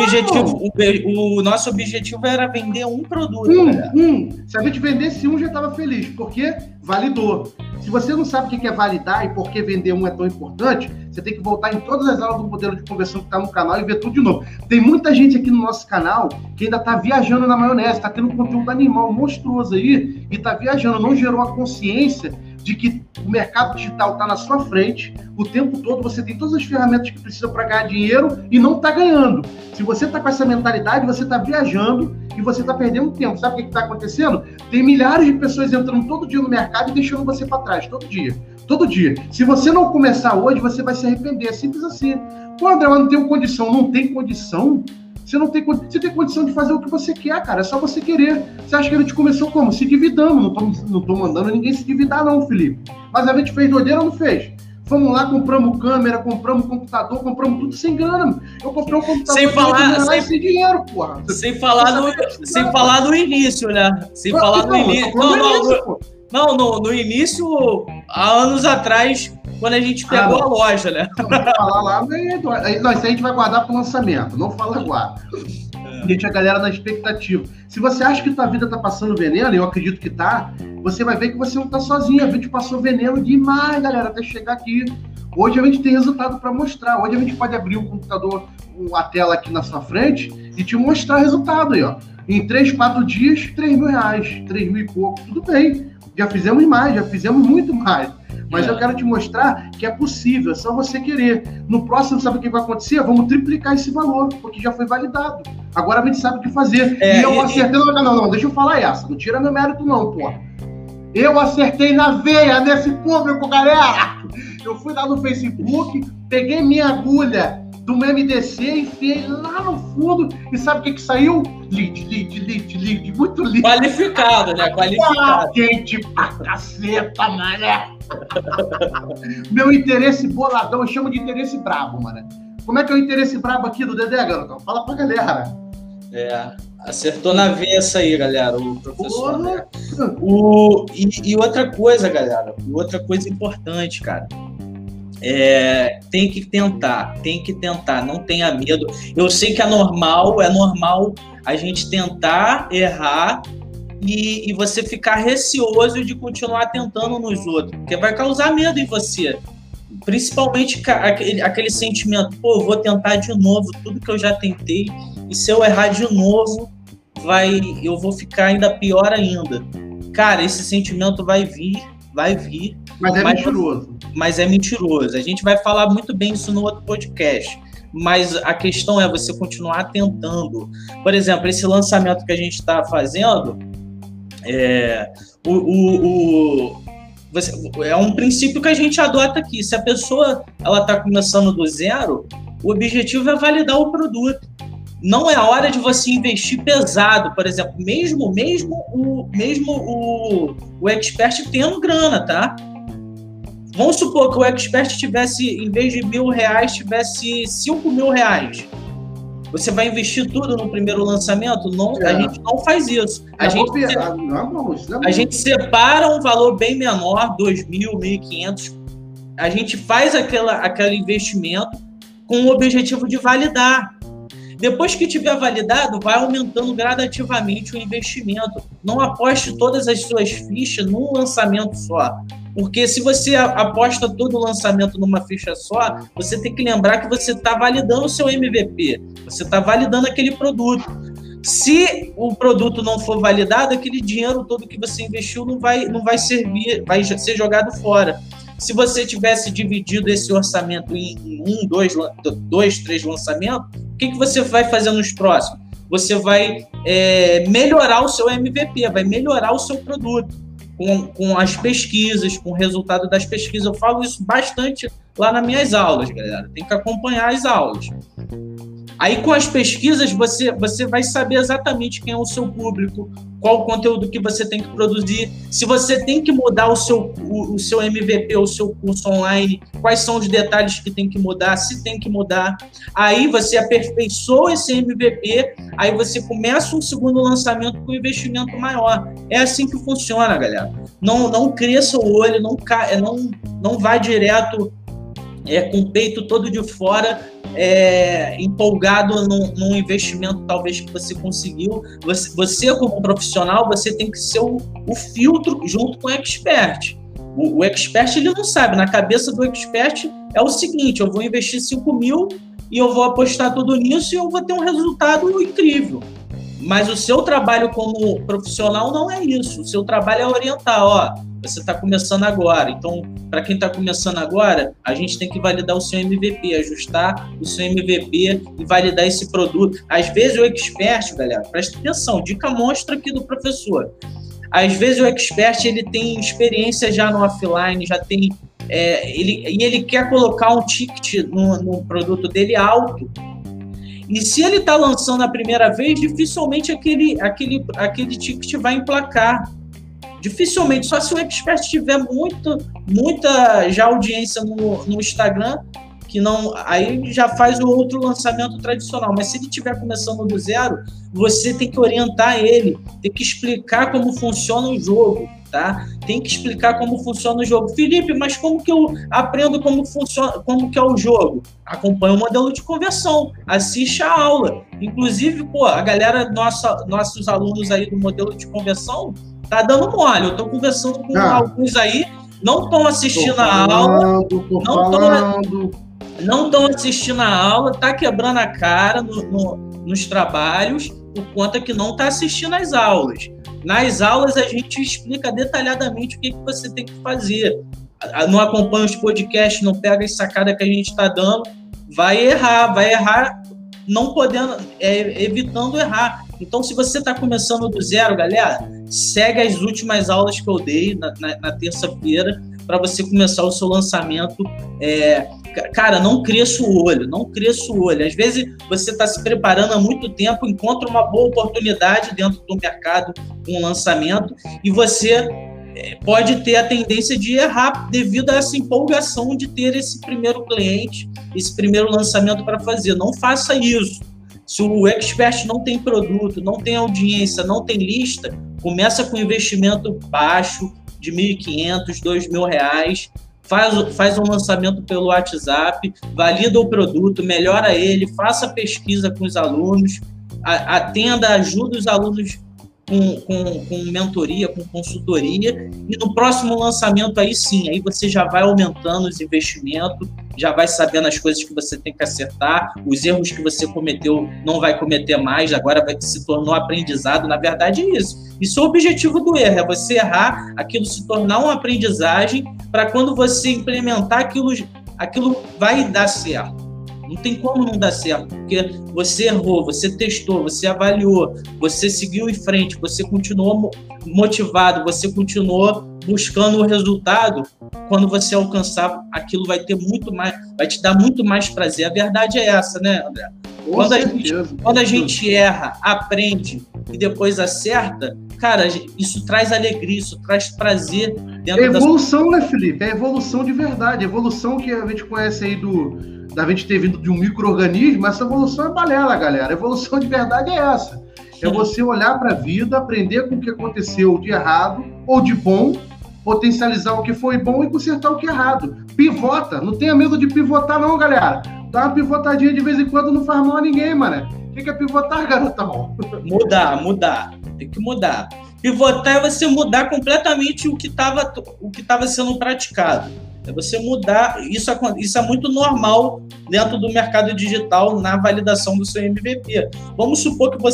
O nosso objetivo era vender um produto. Se a gente vendesse um, já tava feliz, porque validou. Se você não sabe o que é validar e por que vender um é tão importante, você tem que voltar em todas as aulas do modelo de conversão que está no canal e ver tudo de novo. Tem muita gente aqui no nosso canal que ainda está viajando na maionese, está tendo um conteúdo animal monstruoso aí e está viajando, não gerou a consciência de que o mercado digital está na sua frente, o tempo todo você tem todas as ferramentas que precisa para ganhar dinheiro e não está ganhando. Se você está com essa mentalidade, você está viajando e você está perdendo tempo. Sabe o que está acontecendo? Tem milhares de pessoas entrando todo dia no mercado e deixando você para trás, todo dia. Todo dia. Se você não começar hoje, você vai se arrepender. É simples assim. Pô, André, eu não tenho condição. Não tem condição? Você tem condição de fazer o que você quer, cara. É só você querer. Você acha que a gente começou como? Se dividamos. Não tô mandando ninguém se dividar, não, Felipe. Mas a gente fez doideira ou não fez? Fomos lá, compramos câmera, compramos computador, compramos tudo sem grana. Eu comprei um computador sem dinheiro, porra. Sem falar do início, né? Sem falar do início. No início, há anos atrás, quando a gente pegou a loja, né? Falar lá, isso aí a gente vai guardar para o lançamento, não fala agora. Deixa a galera na expectativa. Se você acha que tua vida tá passando veneno, eu acredito que tá, você vai ver que você não tá sozinho. A gente passou veneno demais, galera, até chegar aqui. Hoje a gente tem resultado para mostrar. Hoje a gente pode abrir um computador, a tela aqui na sua frente e te mostrar resultado aí, ó. Em 3, 4 dias, R$3.000, 3.000 e pouco, tudo bem. Já fizemos mais, já fizemos muito mais. Mas eu quero te mostrar que é possível, é só você querer. No próximo, sabe o que vai acontecer? Vamos triplicar esse valor, porque já foi validado. Agora a gente sabe o que fazer. E eu acertei... Não, deixa eu falar essa. Não tira meu mérito não, pô. Eu acertei na veia nesse público, galera. Eu fui lá no Facebook, peguei minha agulha do MDC, enfiei lá no fundo e sabe o que saiu? Lead, muito lead. Qualificado, né? Qualificado. Gente pra caceta, mané. Meu interesse boladão, eu chamo de interesse brabo, mano. Como é que é o interesse brabo aqui do Dedé, garotão? Fala pra galera. Acertou na veia essa aí, galera, o professor. Né? E outra coisa, galera, outra coisa importante, cara. Tem que tentar, não tenha medo. Eu sei que é normal a gente tentar errar e você ficar receoso de continuar tentando nos outros, porque vai causar medo em você. Principalmente aquele sentimento, pô, eu vou tentar de novo tudo que eu já tentei, e se eu errar de novo, eu vou ficar ainda pior ainda. Cara, esse sentimento vai vir. Mas é mentiroso. Mas é mentiroso. A gente vai falar muito bem isso no outro podcast. Mas a questão é você continuar tentando. Por exemplo, esse lançamento que a gente está fazendo, é um princípio que a gente adota aqui. Se a pessoa está começando do zero, o objetivo é validar o produto. Não é hora de você investir pesado, por exemplo, mesmo o expert tendo grana, tá? Vamos supor que o expert tivesse, em vez de R$1.000, tivesse R$5.000. Você vai investir tudo no primeiro lançamento? Não, a gente não faz isso. A gente separa um valor bem menor, R$2.000, R$1.500. A gente faz aquele investimento com o objetivo de validar. Depois que tiver validado, vai aumentando gradativamente o investimento. Não aposte todas as suas fichas num lançamento só. Porque se você aposta todo o lançamento numa ficha só, você tem que lembrar que você está validando o seu MVP. Você está validando aquele produto. Se o produto não for validado, aquele dinheiro todo que você investiu não vai servir, vai ser jogado fora. Se você tivesse dividido esse orçamento em 1, 2, 3 lançamentos, o que você vai fazer nos próximos? Você vai melhorar o seu MVP, vai melhorar o seu produto com as pesquisas, com o resultado das pesquisas. Eu falo isso bastante lá nas minhas aulas, galera. Tem que acompanhar as aulas. Aí, com as pesquisas, você vai saber exatamente quem é o seu público, qual o conteúdo que você tem que produzir, se você tem que mudar o seu MVP, o seu curso online, quais são os detalhes que tem que mudar, se tem que mudar. Aí você aperfeiçoa esse MVP, aí você começa um segundo lançamento com investimento maior. É assim que funciona, galera. Não cresça o olho, não vá direto com o peito todo de fora, empolgado num investimento talvez que você conseguiu. Você como profissional, você tem que ser o filtro junto com o expert. O expert, ele não sabe. Na cabeça do expert é o seguinte: eu vou investir 5.000 e eu vou apostar tudo nisso e eu vou ter um resultado incrível. Mas o seu trabalho como profissional não é isso. O seu trabalho é orientar, você está começando agora. Então, para quem está começando agora, a gente tem que validar o seu MVP, ajustar o seu MVP e validar esse produto. Às vezes o expert, galera, presta atenção, dica monstra aqui do professor. Às vezes o expert, ele tem experiência já no offline, já tem... ele quer colocar um ticket no produto dele alto. E se ele está lançando a primeira vez, dificilmente aquele ticket vai emplacar. Dificilmente, só se o expert tiver muita já audiência no Instagram, que não, aí já faz o outro lançamento tradicional. Mas se ele estiver começando do zero, você tem que orientar ele, tem que explicar como funciona o jogo, tá? Tem que explicar como funciona o jogo. Felipe, mas como que eu aprendo como funciona, como que é o jogo? Acompanha o modelo de conversão, assiste a aula. Inclusive, a galera, nossos alunos aí do modelo de conversão, tá dando mole. Eu tô conversando com alguns aí, não estão assistindo a aula, não estão assistindo a aula, tá quebrando a cara nos trabalhos, por conta que não tá assistindo às aulas. Nas aulas, a gente explica detalhadamente o que você tem que fazer. Não acompanha os podcasts, não pega as sacadas que a gente está dando, vai errar não podendo, evitando errar. Então, se você está começando do zero, galera, segue as últimas aulas que eu dei na terça-feira para você começar o seu lançamento. Cara, não cresça o olho. Às vezes, você está se preparando há muito tempo, encontra uma boa oportunidade dentro do mercado, um lançamento, e você pode ter a tendência de errar devido a essa empolgação de ter esse primeiro cliente, esse primeiro lançamento para fazer. Não faça isso. Se o expert não tem produto, não tem audiência, não tem lista, começa com investimento baixo, de R$ 1.500, R$ 2.000, faz um lançamento pelo WhatsApp, valida o produto, melhora ele, faça pesquisa com os alunos, atenda, ajuda os alunos com mentoria, com consultoria, e no próximo lançamento aí sim, aí você já vai aumentando os investimentos, já vai sabendo as coisas que você tem que acertar, os erros que você cometeu não vai cometer mais, agora se tornou aprendizado. Na verdade é isso é o objetivo do erro, é você errar, aquilo se tornar uma aprendizagem, para quando você implementar aquilo vai dar certo. Não tem como não dar certo, porque você errou, você testou, você avaliou, você seguiu em frente, você continuou motivado, você continuou buscando o resultado. Quando você alcançar, aquilo vai te dar muito mais prazer. A verdade é essa, né, André? Quando a gente erra, aprende e depois acerta, cara, isso traz alegria, isso traz prazer dentro da evolução, né, Felipe? É evolução de verdade. Evolução que a gente conhece aí da gente ter vindo de um micro-organismo, essa evolução é balela, galera. A evolução de verdade é essa. É você olhar para a vida, aprender com o que aconteceu de errado ou de bom, potencializar o que foi bom e consertar o que é errado. Pivota. Não tenha medo de pivotar, não, galera. Dá uma pivotadinha de vez em quando, não faz mal a ninguém, mano. O que é pivotar, garotão? Mudar. Tem que mudar. Pivotar é você mudar completamente o que estava sendo praticado. É você mudar. Isso é muito normal dentro do mercado digital na validação do seu MVP. Vamos supor que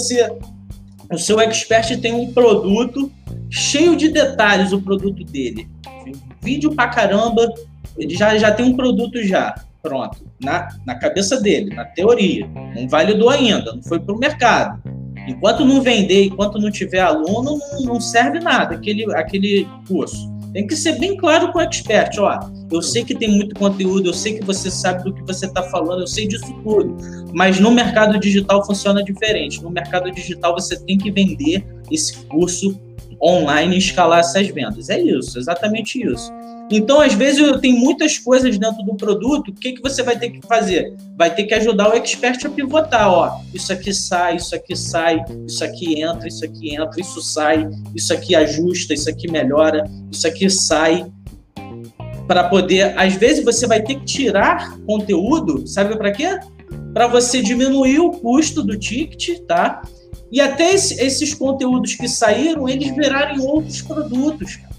o seu expert tem um produto cheio de detalhes, o produto dele. Vídeo pra caramba, ele já tem um produto já. Pronto, na cabeça dele, na teoria. Não validou ainda, não foi para o mercado. Enquanto não vender, enquanto não tiver aluno, não serve nada aquele curso. Tem que ser bem claro com o expert. Ó, eu sei que tem muito conteúdo, eu sei que você sabe do que você está falando, eu sei disso tudo. Mas no mercado digital funciona diferente. No mercado digital você tem que vender esse curso online e escalar essas vendas. É isso, exatamente isso. Então, às vezes, tem muitas coisas dentro do produto, o que você vai ter que fazer? Vai ter que ajudar o expert a pivotar, ó, isso aqui sai, isso aqui sai, isso aqui entra, isso sai, isso aqui ajusta, isso aqui melhora, isso aqui sai, para poder, às vezes, você vai ter que tirar conteúdo, sabe para quê? Para você diminuir o custo do ticket, tá? E até esses conteúdos que saíram, eles virarem outros produtos, cara.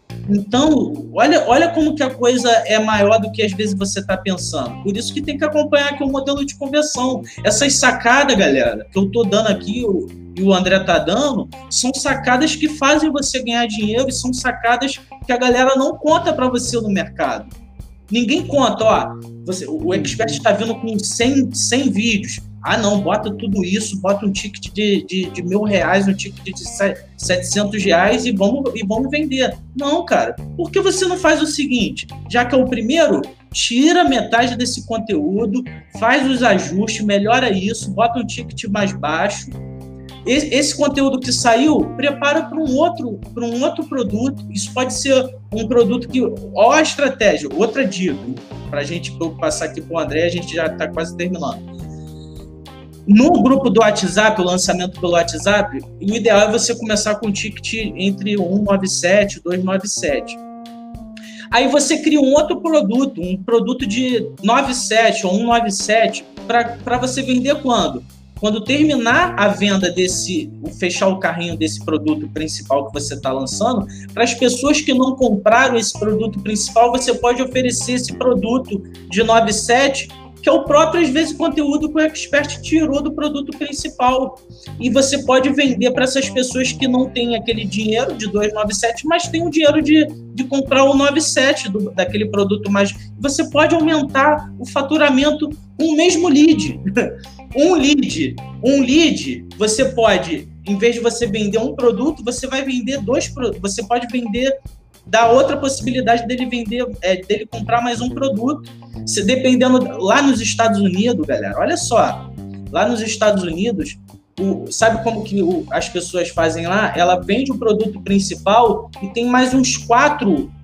Então, olha como que a coisa é maior do que às vezes você está pensando. Por isso que tem que acompanhar aqui o modelo de conversão. Essas sacadas, galera, que eu estou dando aqui e o André está dando, são sacadas que fazem você ganhar dinheiro e são sacadas que a galera não conta para você no mercado. Ninguém conta, ó. O expert está vindo com 100 vídeos. Ah, não, bota tudo isso, bota um ticket de R$1.000, um ticket de R$700 e vamos vender. Não, cara, por que você não faz o seguinte? Já que é o primeiro, tira metade desse conteúdo, faz os ajustes, melhora isso, bota um ticket mais baixo. Esse conteúdo que saiu, prepara para um outro produto. Isso pode ser um produto que... Ó a estratégia, outra dica, para a gente passar aqui para o André, a gente já está quase terminando. No grupo do WhatsApp, o lançamento pelo WhatsApp, o ideal é você começar com um ticket entre 197 e 297. Aí você cria um outro produto, um produto de 97 ou 197, para você vender quando? Quando terminar a venda fechar o carrinho desse produto principal que você está lançando, para as pessoas que não compraram esse produto principal, você pode oferecer esse produto de 97, que é o próprio, às vezes, conteúdo que o expert tirou do produto principal. E você pode vender para essas pessoas que não têm aquele dinheiro de 297, mas tem o dinheiro de comprar o 97 daquele produto mais. Você pode aumentar o faturamento com o mesmo lead. Um lead, você pode, em vez de você vender um produto, você vai vender 2 produtos. Você pode vender, dá outra possibilidade dele vender, dele comprar mais um produto. Se dependendo, lá nos Estados Unidos, galera, olha só, lá nos Estados Unidos, sabe como que as pessoas fazem lá? Ela vende o produto principal e tem mais uns 4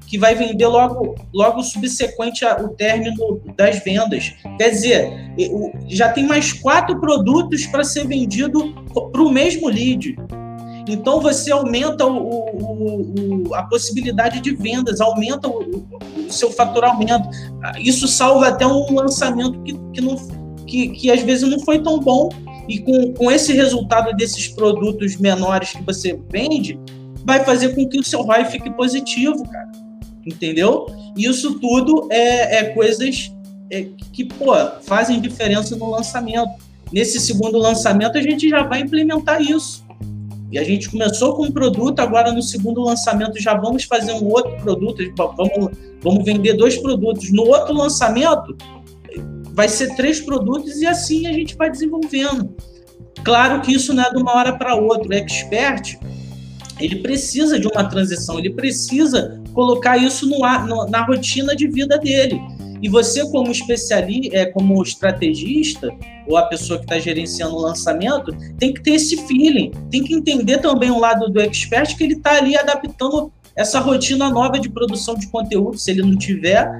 que vai vender logo subsequente ao término das vendas. Quer dizer, já tem mais 4 produtos para ser vendido para o mesmo lead. Então, você aumenta a possibilidade de vendas, aumenta o seu faturamento. Isso salva até um lançamento que às vezes não foi tão bom. E com esse resultado desses produtos menores que você vende, vai fazer com que o seu ROI fique positivo, cara. Entendeu? Isso tudo é coisas que fazem diferença no lançamento. Nesse segundo lançamento, a gente já vai implementar isso. E a gente começou com um produto, agora no segundo lançamento já vamos fazer um outro produto, vamos vender 2 produtos. No outro lançamento, vai ser 3 produtos e assim a gente vai desenvolvendo. Claro que isso não é de uma hora para outra. O expert, ele precisa de uma transição, ele precisa colocar isso na rotina de vida dele. E você, como especialista, como estrategista, ou a pessoa que está gerenciando o lançamento, tem que ter esse feeling, tem que entender também o lado do expert, que ele está ali adaptando essa rotina nova de produção de conteúdo, se ele não tiver,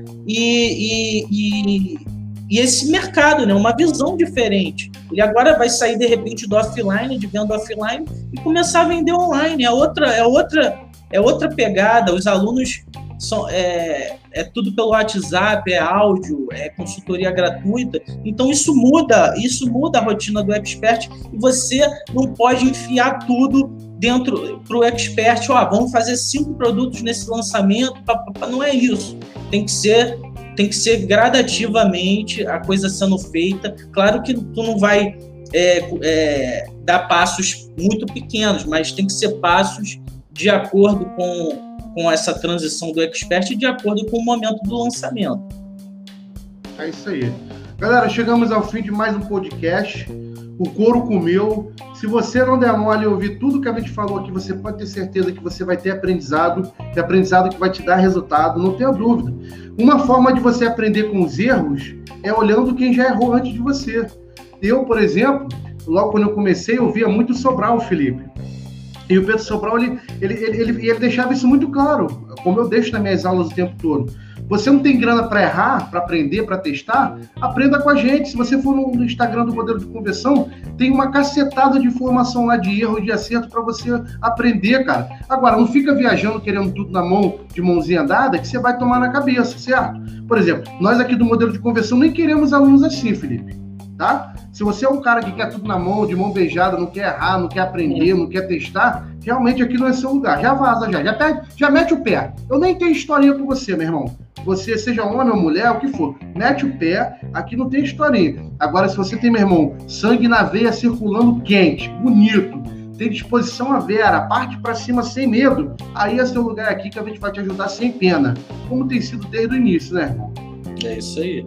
e esse mercado, né, uma visão diferente. Ele agora vai sair, de repente, do offline, de venda offline, e começar a vender online. É outra pegada. Os alunos é tudo pelo WhatsApp, é áudio, é consultoria gratuita. Então, isso muda a rotina do expert, e você não pode enfiar tudo dentro para o expert. Vamos fazer 5 produtos nesse lançamento. Não é isso. Tem que ser gradativamente a coisa sendo feita. Claro que tu não vai dar passos muito pequenos, mas tem que ser passos de acordo com essa transição do expert e de acordo com o momento do lançamento. É isso aí. Galera, chegamos ao fim de mais um podcast. O couro comeu. Se você não der mole e ouvir tudo que a gente falou aqui, você pode ter certeza que você vai ter aprendizado, que vai te dar resultado, não tenha dúvida. Uma forma de você aprender com os erros é olhando quem já errou antes de você. Eu, por exemplo, logo quando eu comecei, eu via muito Sobral, Felipe. E o Pedro Sobral, ele deixava isso muito claro, como eu deixo nas minhas aulas o tempo todo. Você não tem grana para errar, para aprender, para testar? Aprenda com a gente. Se você for no Instagram do Modelo de Conversão, tem uma cacetada de informação lá de erro, de acerto para você aprender, cara. Agora, não fica viajando querendo tudo na mão, de mãozinha dada, que você vai tomar na cabeça, certo? Por exemplo, nós aqui do Modelo de Conversão nem queremos alunos assim, Felipe, tá? Se você é um cara que quer tudo na mão, de mão beijada, não quer errar, não quer aprender, não quer testar, realmente aqui não é seu lugar. Já vaza, já mete o pé. Eu nem tenho historinha com você, meu irmão. Você, seja homem ou mulher, o que for, mete o pé, aqui não tem historinha. Agora, se você tem, meu irmão, sangue na veia circulando quente, bonito, tem disposição à vera, parte pra cima sem medo, aí é seu lugar aqui que a gente vai te ajudar sem pena, como tem sido desde o início, né, irmão? É isso aí.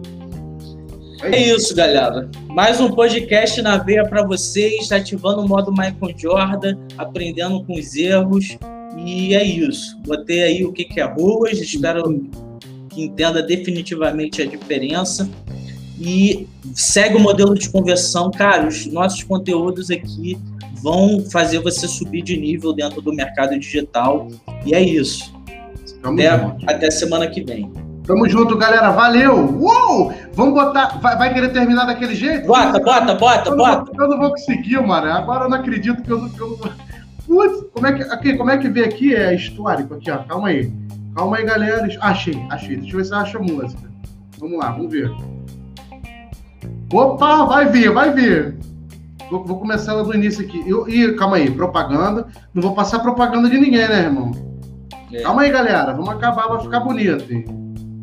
É isso, galera. Mais um podcast na veia para vocês, ativando o modo Michael Jordan, aprendendo com os erros. E é isso. Botei aí o que é ruas, espero que entenda definitivamente a diferença. E segue o modelo de conversão. Cara, os nossos conteúdos aqui vão fazer você subir de nível dentro do mercado digital. E é isso. Até semana que vem. Tamo junto, galera. Valeu! Uou! Vamos botar... Vai querer terminar daquele jeito? Bota. Eu não vou conseguir, mano. Agora eu não acredito que eu não... Putz, como é que vê aqui? É histórico aqui, ó. Calma aí, galera. Achei. Deixa eu ver se eu acho a música. Vamos lá, vamos ver. Opa, vai vir. Vou começar lá do início aqui. Calma aí, propaganda. Não vou passar propaganda de ninguém, né, irmão? Calma aí, galera. Vamos acabar, vai ficar bonito, hein?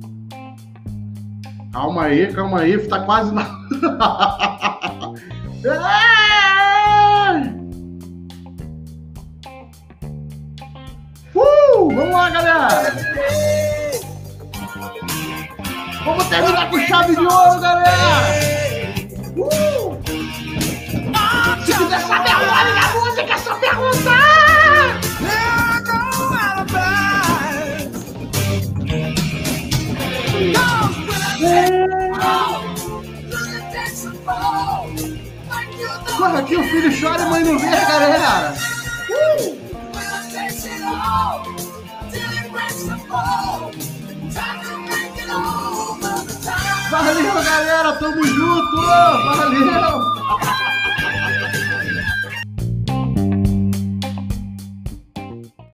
Calma aí, tá quase na... Vamos lá, galera! Vamos terminar com chave de ouro, galera! Se quiser saber o nome da música, é só perguntar! Corre aqui, o filho chora e a mãe não vê, galera! Valeu, galera. Tamo junto. Valeu.